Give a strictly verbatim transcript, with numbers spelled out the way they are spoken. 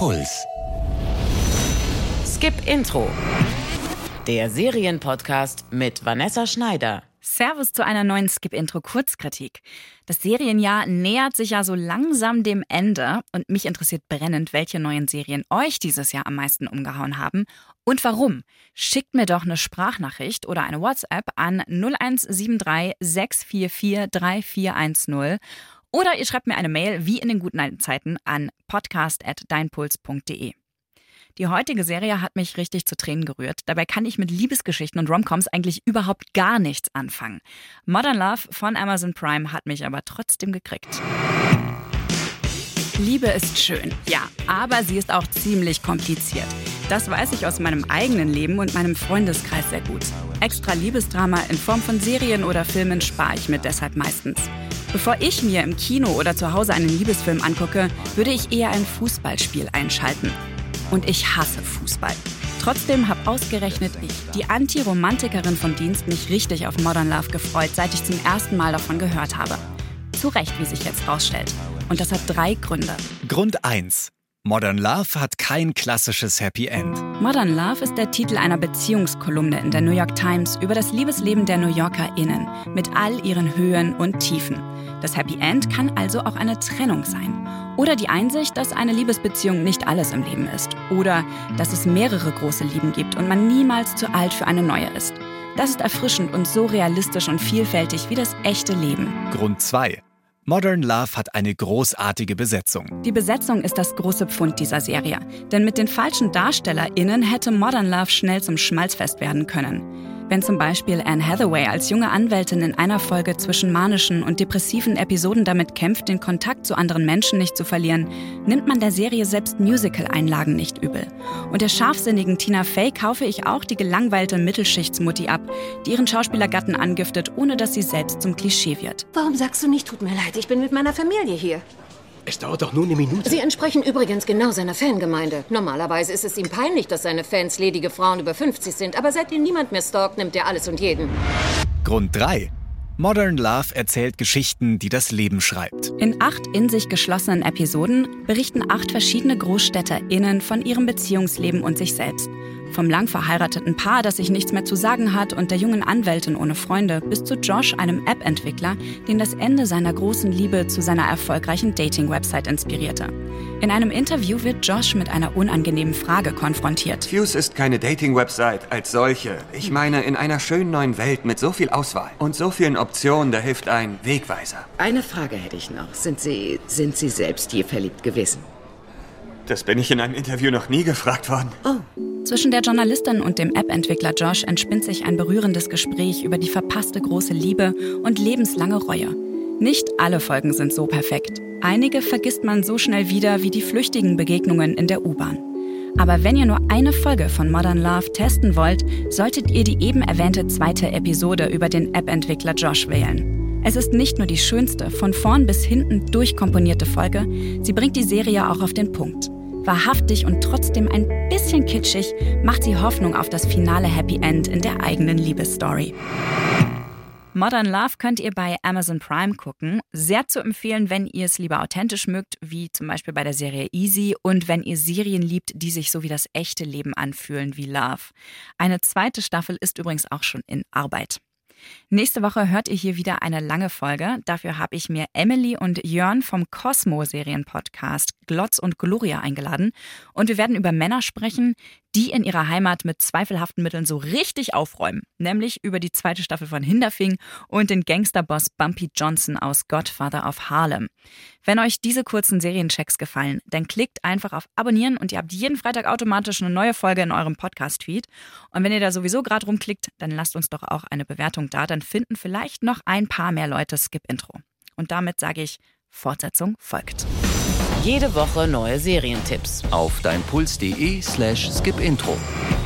Puls. Skip Intro. Der Serienpodcast mit Vanessa Schneider. Servus zu einer neuen Skip-Intro-Kurzkritik. Das Serienjahr nähert sich ja so langsam dem Ende und mich interessiert brennend, welche neuen Serien euch dieses Jahr am meisten umgehauen haben und warum. Schickt mir doch eine Sprachnachricht oder eine WhatsApp an null eins sieben drei sechs vier vier drei vier eins null oder ihr schreibt mir eine Mail wie in den guten alten Zeiten an podcast at deinpuls punkt de. Die heutige Serie hat mich richtig zu Tränen gerührt. Dabei kann ich mit Liebesgeschichten und Romcoms eigentlich überhaupt gar nichts anfangen. Modern Love von Amazon Prime hat mich aber trotzdem gekriegt. Liebe ist schön, ja, aber sie ist auch ziemlich kompliziert. Das weiß ich aus meinem eigenen Leben und meinem Freundeskreis sehr gut. Extra Liebesdrama in Form von Serien oder Filmen spare ich mir deshalb meistens. Bevor ich mir im Kino oder zu Hause einen Liebesfilm angucke, würde ich eher ein Fußballspiel einschalten. Und ich hasse Fußball. Trotzdem habe ausgerechnet ich, die Anti-Romantikerin vom Dienst, mich richtig auf Modern Love gefreut, seit ich zum ersten Mal davon gehört habe. Zu Recht, wie sich jetzt rausstellt. Und das hat drei Gründe. Grund eins. Modern Love hat kein klassisches Happy End. Modern Love ist der Titel einer Beziehungskolumne in der New York Times über das Liebesleben der New YorkerInnen mit all ihren Höhen und Tiefen. Das Happy End kann also auch eine Trennung sein. Oder die Einsicht, dass eine Liebesbeziehung nicht alles im Leben ist. Oder dass es mehrere große Lieben gibt und man niemals zu alt für eine neue ist. Das ist erfrischend und so realistisch und vielfältig wie das echte Leben. Grund zwei. Modern Love hat eine großartige Besetzung. Die Besetzung ist das große Pfund dieser Serie. Denn mit den falschen DarstellerInnen hätte Modern Love schnell zum Schmalzfest werden können. Wenn zum Beispiel Anne Hathaway als junge Anwältin in einer Folge zwischen manischen und depressiven Episoden damit kämpft, den Kontakt zu anderen Menschen nicht zu verlieren, nimmt man der Serie selbst Musical-Einlagen nicht übel. Und der scharfsinnigen Tina Fey kaufe ich auch die gelangweilte Mittelschichtsmutti ab, die ihren Schauspielergatten angiftet, ohne dass sie selbst zum Klischee wird. Warum sagst du nicht, tut mir leid, ich bin mit meiner Familie hier? Es dauert doch nur eine Minute. Sie entsprechen übrigens genau seiner Fangemeinde. Normalerweise ist es ihm peinlich, dass seine Fans ledige Frauen über fünfzig sind, aber seit ihn niemand mehr stalkt, nimmt er alles und jeden. Grund drei. Modern Love erzählt Geschichten, die das Leben schreibt. In acht in sich geschlossenen Episoden berichten acht verschiedene GroßstädterInnen von ihrem Beziehungsleben und sich selbst. Vom lang verheirateten Paar, das sich nichts mehr zu sagen hat, und der jungen Anwältin ohne Freunde, bis zu Josh, einem App-Entwickler, den das Ende seiner großen Liebe zu seiner erfolgreichen Dating-Website inspirierte. In einem Interview wird Josh mit einer unangenehmen Frage konfrontiert. Fuse ist keine Dating-Website als solche. Ich meine, in einer schönen neuen Welt mit so viel Auswahl und so vielen Optionen, da hilft ein Wegweiser. Eine Frage hätte ich noch. Sind Sie, sind Sie selbst je verliebt gewesen? Das bin ich in einem Interview noch nie gefragt worden. Oh. Zwischen der Journalistin und dem App-Entwickler Josh entspinnt sich ein berührendes Gespräch über die verpasste große Liebe und lebenslange Reue. Nicht alle Folgen sind so perfekt. Einige vergisst man so schnell wieder wie die flüchtigen Begegnungen in der U-Bahn. Aber wenn ihr nur eine Folge von Modern Love testen wollt, solltet ihr die eben erwähnte zweite Episode über den App-Entwickler Josh wählen. Es ist nicht nur die schönste, von vorn bis hinten durchkomponierte Folge, sie bringt die Serie auch auf den Punkt. Wahrhaftig und trotzdem ein bisschen kitschig macht sie Hoffnung auf das finale Happy End in der eigenen Liebesstory. Modern Love könnt ihr bei Amazon Prime gucken. Sehr zu empfehlen, wenn ihr es lieber authentisch mögt, wie zum Beispiel bei der Serie Easy, und wenn ihr Serien liebt, die sich so wie das echte Leben anfühlen wie Love. Eine zweite Staffel ist übrigens auch schon in Arbeit. Nächste Woche hört ihr hier wieder eine lange Folge. Dafür habe ich mir Emily und Jörn vom Cosmo-Serien-Podcast Glotz und Gloria eingeladen. Und wir werden über Männer sprechen, die in ihrer Heimat mit zweifelhaften Mitteln so richtig aufräumen. Nämlich über die zweite Staffel von Hinterfing und den Gangsterboss Bumpy Johnson aus Godfather of Harlem. Wenn euch diese kurzen Serienchecks gefallen, dann klickt einfach auf Abonnieren und ihr habt jeden Freitag automatisch eine neue Folge in eurem Podcast-Feed. Und wenn ihr da sowieso gerade rumklickt, dann lasst uns doch auch eine Bewertung da. Dann finden vielleicht noch ein paar mehr Leute Skip Intro. Und damit sage ich, Fortsetzung folgt. Jede Woche neue Serientipps Auf deinpuls.de slash skipintro.